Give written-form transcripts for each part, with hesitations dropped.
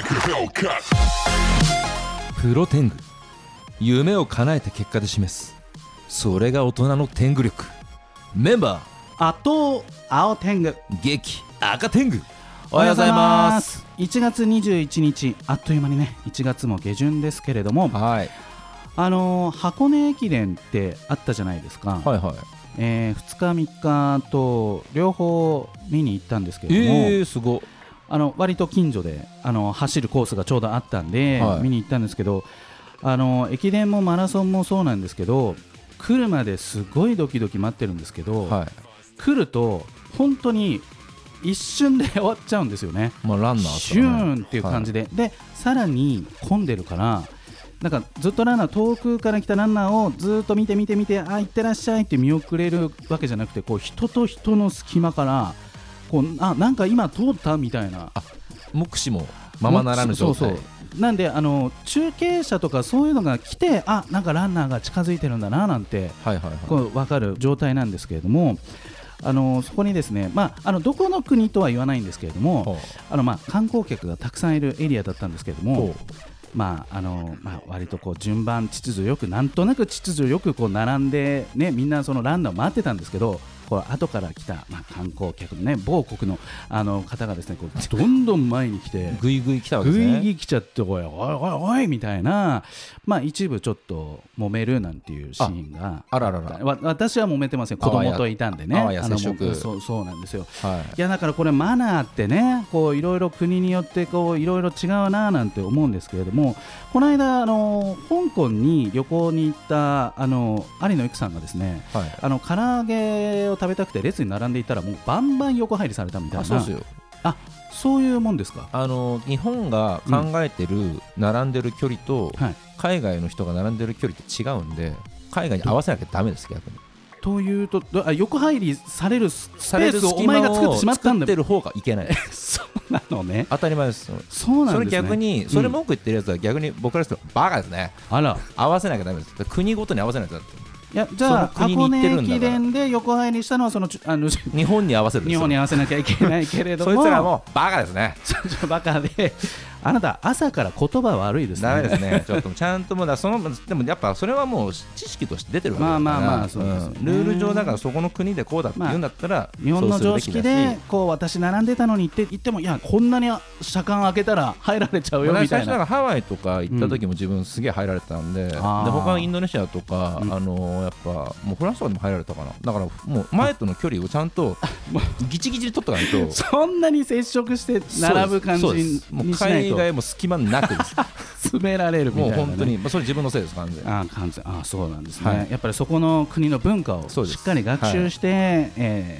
プロテング、夢を叶えた結果で示す、それが大人の天狗力。メンバあと青天狗、 ー激赤天狗。 おはようございます。1月21日、あっという間にね1月も下旬ですけれども、 はい、 箱根駅伝ってあったじゃないですか。 はいはい。 2日3日と両方見に行ったんですけれども、 すごい。 割と近所で走るコースがちょうどあったんで、 はい、 見に行ったんですけど、駅伝もマラソンもそうなんですけど、来るまですごいドキドキ待ってるんですけど、 はい、 来ると本当に一瞬で終わっちゃうんですよね。 まあ、ランナーとかね、 シューンっていう感じで、はい、でさらに混んでるから、なんかずっとランナー、遠くから来たランナーをずっと見てあ、行ってらっしゃいって見送れるわけじゃなくて、こう人と人の隙間からこうなんか今通ったみたいな、 目視もままならぬ状態。 そうなんで中継車とかそういうのが来て、なんかランナーが近づいてるんだななんて、こう分かる状態なんですけれども、そこにですね、どこの国とは言わないんですけれども、観光客がたくさんいるエリアだったんですけれども、割とこう順番秩序よく、なんとなく秩序よくこう並んで、ね、みんなそのランナーを待ってたんですけど、こう後から来た、観光客の、ね、某国の、方がですね、こうどんどん前に来てぐいぐい来たわけですね。 ぐいぐい来ちゃって、おいおいおいみたいな、一部ちょっと揉めるなんていうシーンが私は揉めてません。子供といたんでね。そうなんですよ、いやだからこれマナーってね、こういろいろ国によってこういろいろ違うななんて思うんですけれども、この間香港に旅行に行った有野由紀さんがですね、唐揚げを食べたくて列に並んでいたら、もうバンバン横入りされたみたいな。 そうですよ。 そういうもんですか。 日本が考えてる並んでる距離と、海外の人が並んでる距離って違うんで、海外に合わせなきゃダメです、逆に。 というと、横入りされるスペースをお前が作ってしまったんだ。 作ってる方がいけない。 そうなのね。 当たり前です。 そうなんですね。 それ逆に、それ文句言ってるやつは逆に僕からするとバカですね。合わせなきゃダメです。国ごとに合わせないとだって。 いや、じゃあ箱根駅伝で横入りしたのは日本に合わせるんですよ。 日本に合わせなきゃいけないけれどもそいつらもバカですね。 バカで、あなた朝から言葉悪いですね。 ダメですね。ちょっとちゃんとでもやっぱそれはもう知識として出てるわけだから、 そうですね、 ルール上だから、そこの国でこうだって言うんだったら、 日本の常識でこう私並んでたのにって言っても、いやこんなに車間開けたら入られちゃうよみたいな。 最初だからハワイとか行った時も自分すげえ入られてたんで、他のインドネシアとかやっぱもうフランスとかでも入られたかな。だからもう前との距離をちゃんとギチギチに取っとかないとそんなに接触して並ぶ感じにしないと、 もう海外も隙間なくです詰められるみたいな、ね、 もう本当に、それ自分のせいです。完全にそうなんですね、やっぱりそこの国の文化をしっかり学習して、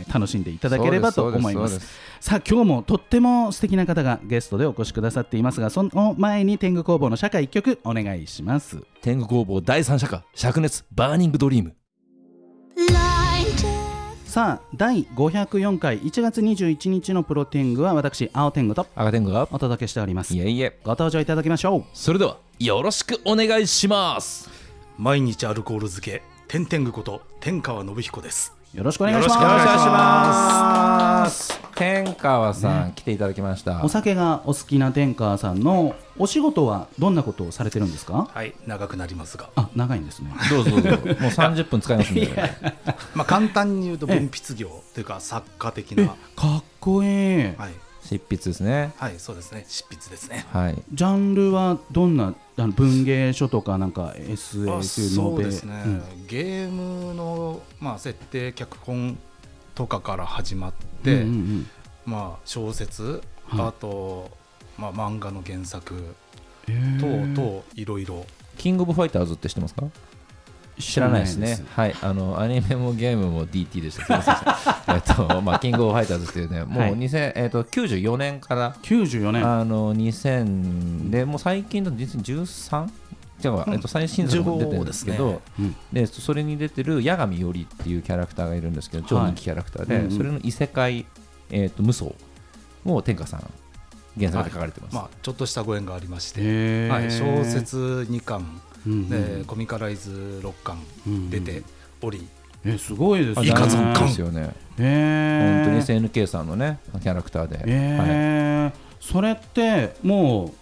楽しんでいただければと思います。さあ今日もとっても素敵な方がゲストでお越しくださっていますが、その前に天狗工房の社歌1曲お願いします。 天狗工房第3社歌、灼熱バーニングドリーム。 さあ第504回1月21日のプロ天狗は、私青天狗と赤天狗がお届けしております。 いえいえ、 ご登場いただきましょう。 それではよろしくお願いします。 毎日アルコール漬け天天狗こと天川信彦です。 よろしくお願いします。 よろしくお願いします。天川さん、来ていただきました。 お酒がお好きな天川さんのお仕事はどんなことをされてるんですか？ はい、長くなりますが。 長いんですね。 どうぞもう30分使いますんで簡単に言うと文筆業というか作家的な。 かっこいい、 執筆ですね。 はい、そうですね、執筆ですね。 ジャンルはどんな文芸書とかなんか SF ノベ？ そうですね、ゲームの、設定脚本とかから始まって、小説、あと、漫画の原作等々いろいろ。 キングオブファイターズって知ってますか？知らないですね。はい、アニメもゲームも DT でした。すみません。キングオブファイターズっていうね、もう94年から 94年 2000で、もう最近の2013じゃあ、最新作も出てるんですけど、でそれに出てる八神よりっていうキャラクターがいるんですけど、超人気キャラクターで、それの異世界無双を天下さん原作で書かれてます。 ちょっとしたご縁がありまして、小説2巻でコミカライズ6巻出ており、 すごいですね。 いかぞんかんですよね。本当に SNK さんのねキャラクターで、 それってもう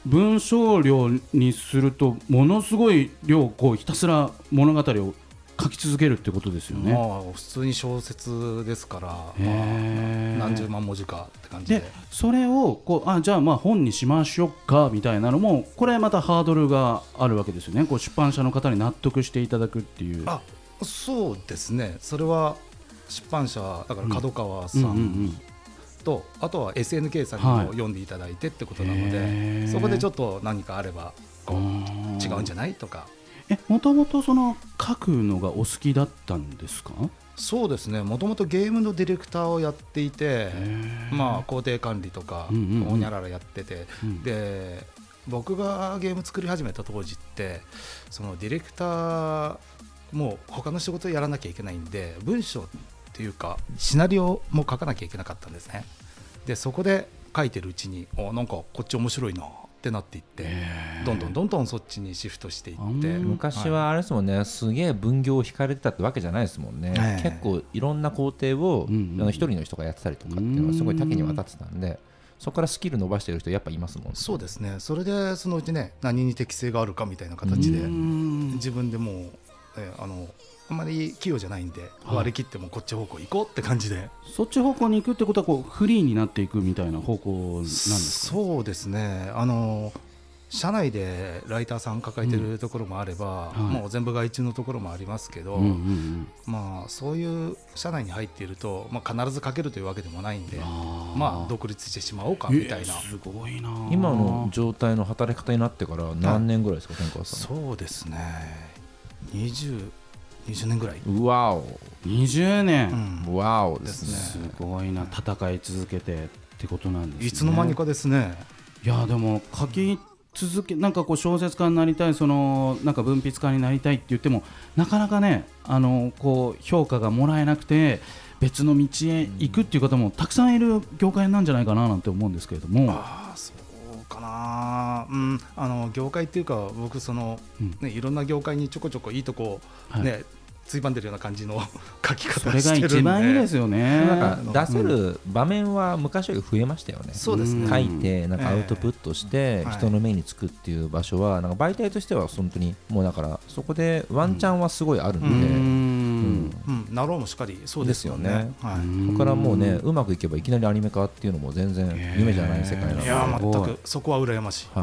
文章量にするとものすごい量こうひたすら物語を書き続けるってことですよね。 普通に小説ですから、何十万文字かって感じで、 それをこうじゃあ本にしましょうかみたいなのもこれまたハードルがあるわけですよね。こう出版社の方に納得していただくっていう。 そうですね。それは出版社だから角川さんと、あとは SNK さんにも読んでいただいてってことなので、そこでちょっと何かあればこう違うんじゃないとか。 もともとその書くのがお好きだったんですか？ そうですね。もともとゲームのディレクターをやっていて、工程管理とかほにゃららやってて、で僕がゲーム作り始めた当時ってそのディレクターも他の仕事をやらなきゃいけないんで、文章っていうかシナリオも書かなきゃいけなかったんですね。でそこで書いてるうちになんかこっち面白いなってなっていって、どんどんそっちにシフトしていって、 昔はあれですもんね、すげえ分業を引かれてたってわけじゃないですもんね、結構いろんな工程を一人の人がやってたりとかっていうのはすごい多岐にわたってたんで、そこからスキル伸ばしてる人やっぱいますもんね。 そうですね。それでそのうちね、何に適性があるかみたいな形で自分でもうあんまり器用じゃないんで、割り切ってもこっち方向行こうって感じで、 そっち方向に行くってことはこうフリーになっていくみたいな方向なんですか？ そうですね。社内でライターさん抱えてるところもあれば、もう全部外注のところもありますけど、そういう社内に入っていると、必ず書けるというわけでもないんで、独立してしまおうかみたいな。 すごいな。 今の状態の働き方になってから何年ぐらいですか、天川さん？ そうですね、20年ぐらい。 わお、 20年、 わおですね。すごいな。戦い続けてってことなんですね。 いつの間にかですね。 いやでも書き続け、なんかこう小説家になりたい、そのなんか文筆家になりたいって言ってもなかなかね、こう評価がもらえなくて別の道へ行くっていう方もたくさんいる業界なんじゃないかななんて思うんですけれども。 そうかな。業界っていうか僕いろんな業界にちょこちょこいいとこね、ついばんでるような感じの書き方してるんで、 それが一番いいですよね。 なんか出せる場面は昔より増えましたよね。 そうですね。 書いてなんかアウトプットして人の目につくっていう場所はなんか媒体としては本当にもうだからそこでワンチャンはすごいあるんで、 なろうもしっかりそうですよね。 そこからもうね、うまくいけばいきなりアニメ化っていうのも全然夢じゃない世界なので、 いや全くそこは羨ましい。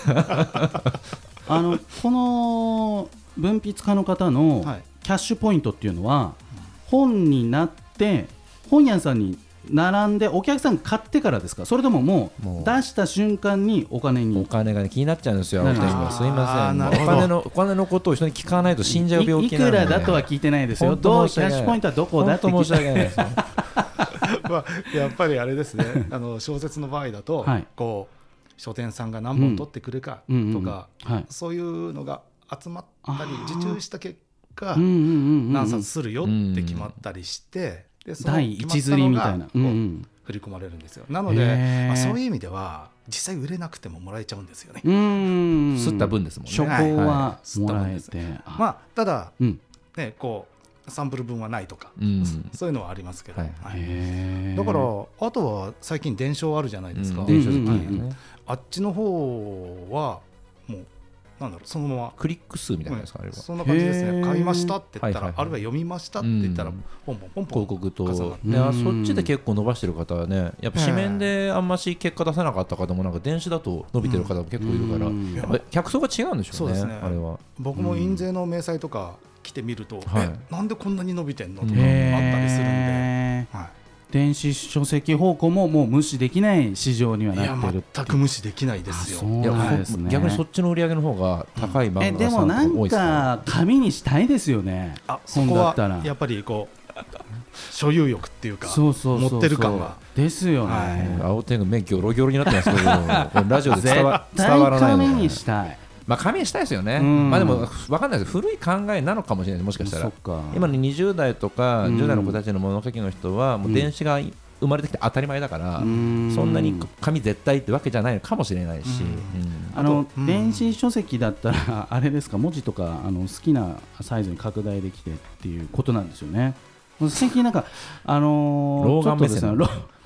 この文筆家の方のキャッシュポイントっていうのは、本になって本屋さんに並んでお客さん買ってからですか？それとももう出した瞬間にお金が、 ね、気になっちゃうんですよ。すいません、お金のことを人に聞かないと死んじゃう病気なんで。 いくらだとは聞いてないですよ。キャッシュポイントはどこだって申し訳ないですやっぱりあれですね、小説の場合だと、こう書店さんが何本取ってくるかとか、そういうのが集まったり受注した結果何冊するよって決まったりして、でその第一釣りみたいな振り込まれるんですよ。なので、そういう意味では実際売れなくてももらえちゃうんですよね。 吸った分ですもんね。 初稿はもらえて、 ただ、こうサンプル分はないとか、そういうのはありますけど、だからあとは最近電書あるじゃないですか。あっちの方はもうなんだろう、そのままクリック数みたいなですか、あれはそんな感じですね。買いましたって言ったら、あるいは読みましたって言ったら、ポンポン広告と、そっちで結構伸ばしてる方はね、やっぱ紙面であんまし結果出せなかった方もなんか電子だと伸びてる方も結構いるから、やっぱ客層が違うんでしょうね。あれは僕も印税の明細とか来てみると、なんでこんなに伸びてんのとかあったりするんで、 電子書籍方向ももう無視できない市場にはなってる。 全く無視できないですよ。 逆にそっちの売り上げの方が高い漫画でもなんか紙にしたいですよね。 そこはやっぱりこう所有欲っていうか持ってる感がですよね。 青天狗目ギョロギョロになってますけど、ラジオで伝わらないので紙にしたい。 紙にしたいですよね。でも分かんないです。古い考えなのかもしれない。もしかしたら今の20代とか10代の子たちの物書きの人はもう電子が生まれてきて当たり前だから、そんなに紙絶対ってわけじゃないのかもしれないし、 電子書籍だったらあれですか、文字とか好きなサイズに拡大できてっていうことなんですよね。最近なんか老眼目線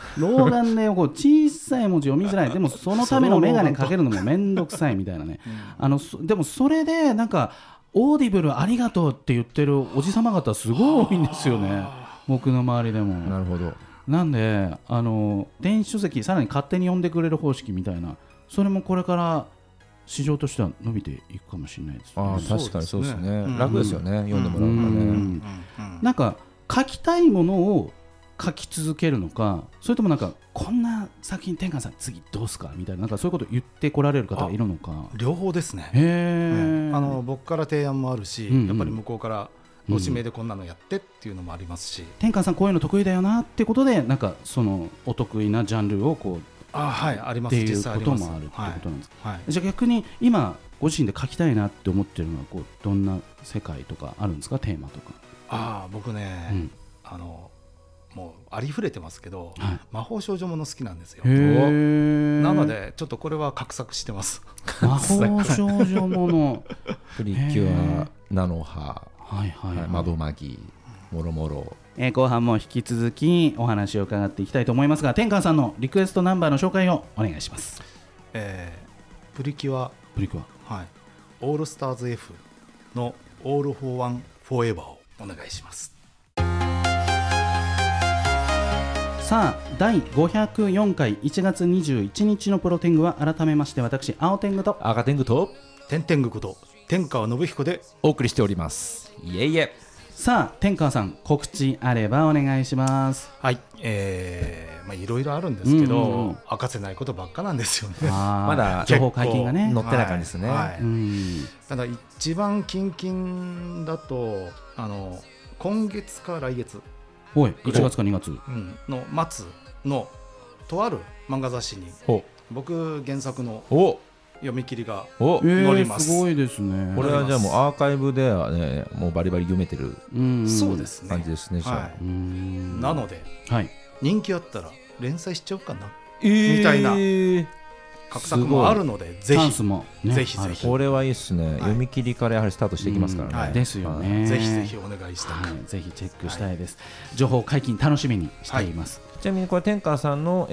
老眼でこう小さい文字読みづらいでもそのための眼鏡かけるのもめんどくさいみたいなねでもそれでなんかオーディブルありがとうって言ってるおじさま方すごい多いんですよね僕の周りでも。 なるほど。 なんで電子書籍さらに勝手に読んでくれる方式みたいなそれもこれから市場としては伸びていくかもしれないですね。 確かにそうですね、楽ですよね、読んでもらうからね。 なんか書きたいものを書き続けるのかそれともなんかこんな作品天下さん次どうすかみたいな、 なんかそういうこと言ってこられる方がいるのか。 両方ですね。僕から提案もあるし、やっぱり向こうからご指名でこんなのやってっていうのもありますし、 天下さんこういうの得意だよなってことでなんかそのお得意なジャンルをこうありますっていうこともあるってことなんですか。じゃあ逆に今ご自身で書きたいなって思ってるのはこうどんな世界とかあるんですか、テーマとか。 僕ね、もうありふれてますけど、魔法少女もの好きなんですよ。なのでちょっとこれは画策してます。 魔法少女ものプリキュア、ナノハ、窓マギ、もろもろ。 後半も引き続きお話を伺っていきたいと思いますが、天川さんのリクエストナンバーの紹介をお願いします。 プリキュア、オールスターズ F のオールフォーワンフォーエバーをお願いします。 さあ第504回1月21日のプロテングは改めまして私青天狗と赤天狗と天天狗こと天川信彦でお送りしております。いえいえ。 さあ天川さん告知あればお願いします。 はい、いろいろあるんですけど、明かせないことばっかなんですよね。 まだ情報解禁がね載ってない感じですね。 ただ一番近々だと今月か来月 1月か2月の末のとある漫画雑誌に僕原作の読み切りが載ります。 すごいですね。 これはじゃあもうアーカイブではねもうバリバリ読めてるそうですね感じですね。 なので人気あったら連載しちゃおうかなみたいな画策もあるので、ぜひぜひこれはいいですね。読み切りからやはりスタートしていきますからね。 ですよね。 ぜひぜひお願いしたい。 ぜひチェックしたいです。情報解禁楽しみにしています。 ちなみにこれ天川さんの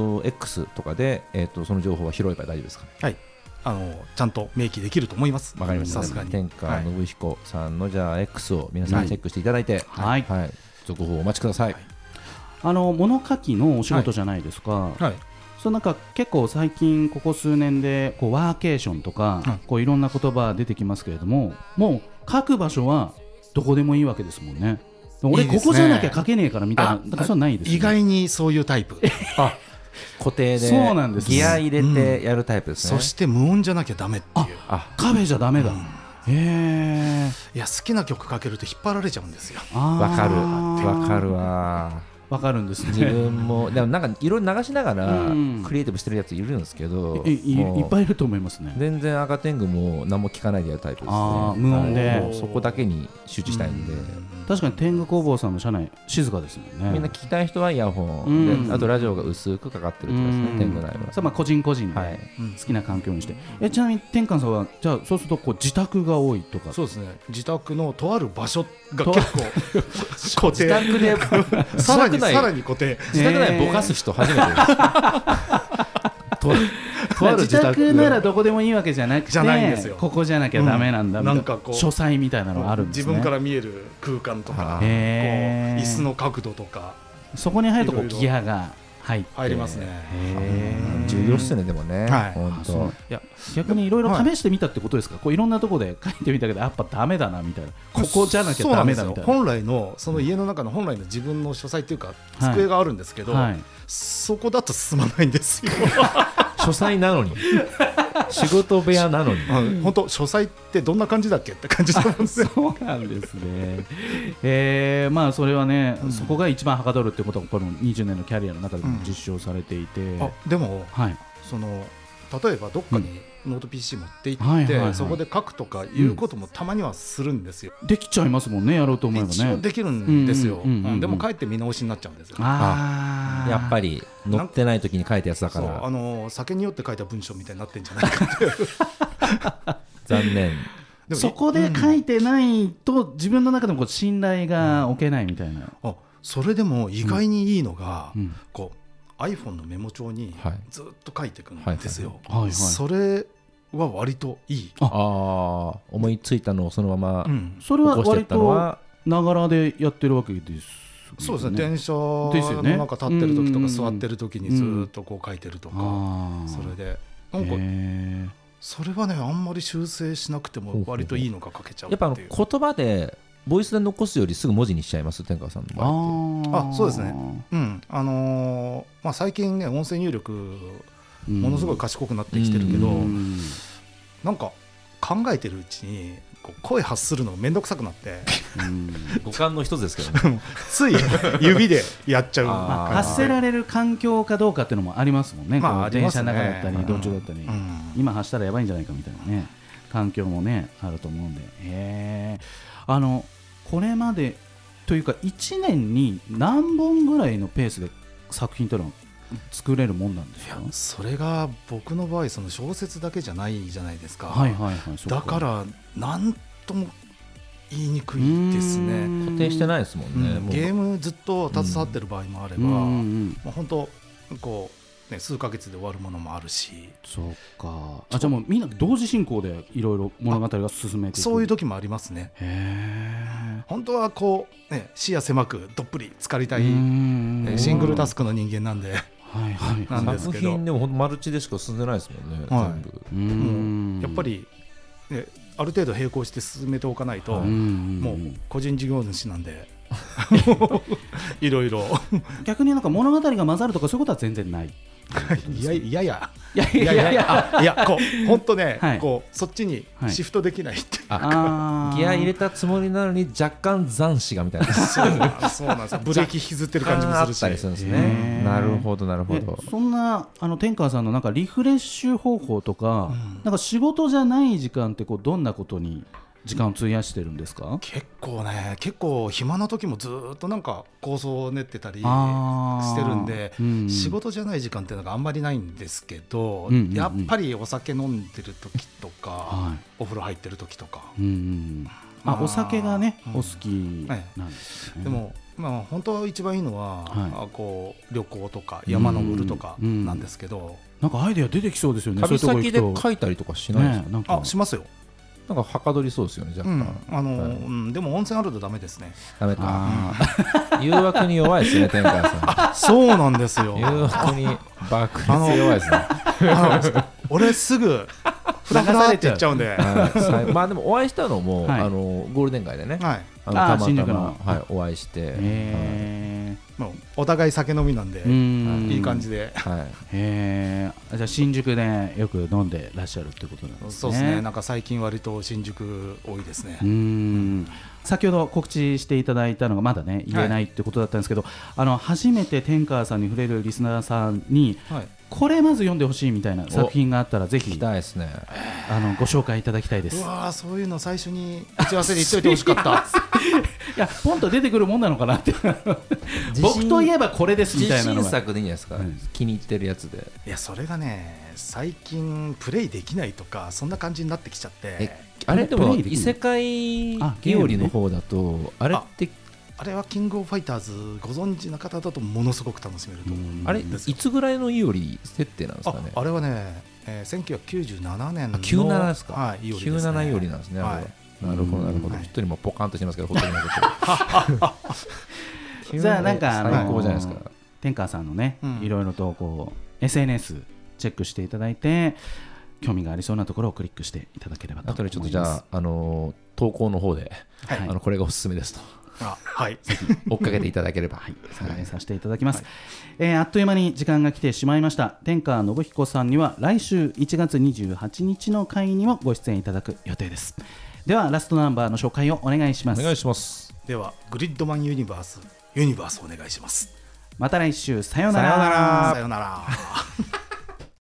X とかでその情報は拾えば大丈夫ですか。 はい。ちゃんと明記できると思います。 わかりました。さすがに天川信彦さんのじゃあ X を皆さんチェックしていただいて、続報をお待ちください。 物書きのお仕事じゃないですか。なんか結構最近ここ数年でこうワーケーションとかこういろんな言葉出てきますけれども、もう書く場所はどこでもいいわけですもんね。俺ここじゃなきゃ書けねえからみたいな、なんかそうないですね。 意外にそういうタイプ。 固定でギア入れてやるタイプですね。 そして無音じゃなきゃダメっていう。 カフェじゃダメだ。 いや好きな曲かけると引っ張られちゃうんですよ。 わかるわ。 わかるんですね。 自分もでもなんかいろいろ流しながらクリエイティブしてるやついるんですけど、 いっぱいいると思いますね。 全然赤天狗も何も聞かないでやるタイプですね。 無音でそこだけに集中したいんで。 確かに天狗工房さんの社内静かですもんね。 みんな聞きたい人はイヤホンで、あとラジオが薄くかかってるってことですね。天狗内は。 それは個人個人で好きな環境にして。ちなみに天狗さんはじゃあそうするとこう自宅が多いとか。 そうですね。自宅のとある場所が結構固定。 自宅でさらに固定。 自宅内ぼかす人初めてです。 自宅ならどこでもいいわけじゃなくて、ここじゃなきゃダメなんだみたいな、 なんかこう書斎みたいなのがあるんですね。 自分から見える空間とか、椅子の角度とか、 そこに入るとこうギアが入りますね。 重要っすね。でもね、本当。 逆にいろいろ試してみたってことですか。こういろんなとこで書いてみたけどやっぱダメだなみたいな、ここじゃなきゃダメだみたいな。 本来のその家の中の本来の自分の書斎っていうか机があるんですけど、そこだと進まないんですよ。 書斎なのに仕事部屋なのに、 本当書斎ってどんな感じだっけって感じなんですよ。 そうなんですね。まあそれはね、そこが一番はかどるってことがこの20年のキャリアの中でも実証されていて、 でも、その例えばどっかにノート PC 持って行ってそこで書くとかいうこともたまにはするんですよ。 できちゃいますもんね、やろうと思えばね。 一応できるんですよ。でもかえって見直しになっちゃうんですよ。 やっぱり載ってない時に書いたやつだから、 酒によって書いた文章みたいになってんじゃないかって残念。 そこで書いてないと自分の中でもこう信頼が置けないみたいな。 それでも意外にいいのが、こう iPhone のメモ帳にずっと書いていくんですよ。それは割といい。 思いついたのをそのままそれは割とながらでやってるわけです。 そうですね、電車の中立ってる時とか座ってる時にずっとこう書いてるとか、それでなんかそれはねあんまり修正しなくても割といいのが書けちゃうっていう。 やっぱ言葉でボイスで残すよりすぐ文字にしちゃいます、天川さんの場合って。 そうですね、最近ね音声入力ものすごい賢くなってきてるけど、なんか考えてるうちにこう声発するのめんどくさくなって五感の一つですけどねつい指でやっちゃう発せられる環境かどうかっていうのもありますもんね。電車の中だったり道中だったり、今発したらやばいんじゃないかみたいなね環境もねあると思うんで、これまでというか1年に何本ぐらいのペースで作品というのは作れるもんなんですか？ それが僕の場合その小説だけじゃないじゃないですか。だから何とも言いにくいですね。 固定してないですもんね。 ゲームずっと携わってる場合もあれば、本当こう、ね、数ヶ月で終わるものもあるし。 そうか。じゃあもうみんな同時進行でいろいろ物語が進めていく。 そういう時もありますね。本当はこう、ね、視野狭くどっぷり浸かりたい、シングルタスクの人間なんで。 なんですけど、作品でもマルチでしか進んでないですもんね、 全部。やっぱり、ね、ある程度並行して進めておかないと、もう個人事業主なんでいろいろ逆になんか物語が混ざるとかそういうことは全然ない。 いやこう本当ね、こうそっちにシフトできないってギア入れたつもりなのに若干残滓がみたいなそうなんですよ。ブレーキ引きずってる感じもするし。 あったりするんですね。なるほどなるほど。 そんな天川さんのなんかリフレッシュ方法とか、なんか仕事じゃない時間ってこうどんなことに時間を費やしてるんですか？ 結構暇な時もずっとなんか構想を練ってたりしてるんで、仕事じゃない時間っていうのがあんまりないんですけど、やっぱりお酒飲んでる時とか、お風呂入ってる時とか、 お酒がね、お好きなんですね。 でも本当一番いいのは、こう旅行とか山登るとかなんですけど、 なんかアイデア出てきそうですよね。 旅先で書いたりとかしないですか？ しますよ。 なんかはかどりそうですよね、若干。 でも温泉あるとダメですね。 ダメか。誘惑に弱いですね、天川さん。 そうなんですよ。 誘惑に爆裂弱いですね。 俺すぐフラフラって言っちゃうんで。 まあでもお会いしたのもゴールデン街でね、たまたまお会いして。 お互い酒飲みなんでいい感じで。 じゃあ新宿でよく飲んでらっしゃるってことなんですね。 そうですね。なんか最近割と新宿多いですね。 先ほど告知していただいたのがまだね言えないってことだったんですけど、初めて天川さんに触れるリスナーさんに、これまず読んでほしいみたいな作品があったらぜひ聞きたいですね。 ご紹介いただきたいです。 うわ、そういうの最初に打ち合わせで言っといてほしかったいやポンと出てくるもんなのかなって僕といえばこれですみたいなのが自信作でいいんじゃないですか、気に入ってるやつで。 いやそれがね最近プレイできないとかそんな感じになってきちゃって。 あれでも異世界料理の方だとあれってあれはキングオブファイターズご存知の方だとものすごく楽しめると思うんです。 あれいつぐらいのイオリ設定なんですかね。 あれはね、1997年の 97ですか。 はい、イオリですね。 97イオリなんですね。なるほどなるほど。一人もポカンとしてますけどほっときますけど。 じゃあなんか最高じゃないですか。 天川さんのねいろいろとこう SNS チェックしていただいて興味がありそうなところをクリックしていただければと思います。 あとでちょっとじゃあ投稿の方でこれがおすすめですと。ぜひ追っかけていただければ参考にさせていただきます。あっという間に時間が来てしまいました。天川信彦さんには来週1月28日の会にもご出演いただく予定です。ではラストナンバーの紹介をお願いします。 お願いします。 ではグリッドマンユニバースお願いします。 また来週さようなら。 さようなら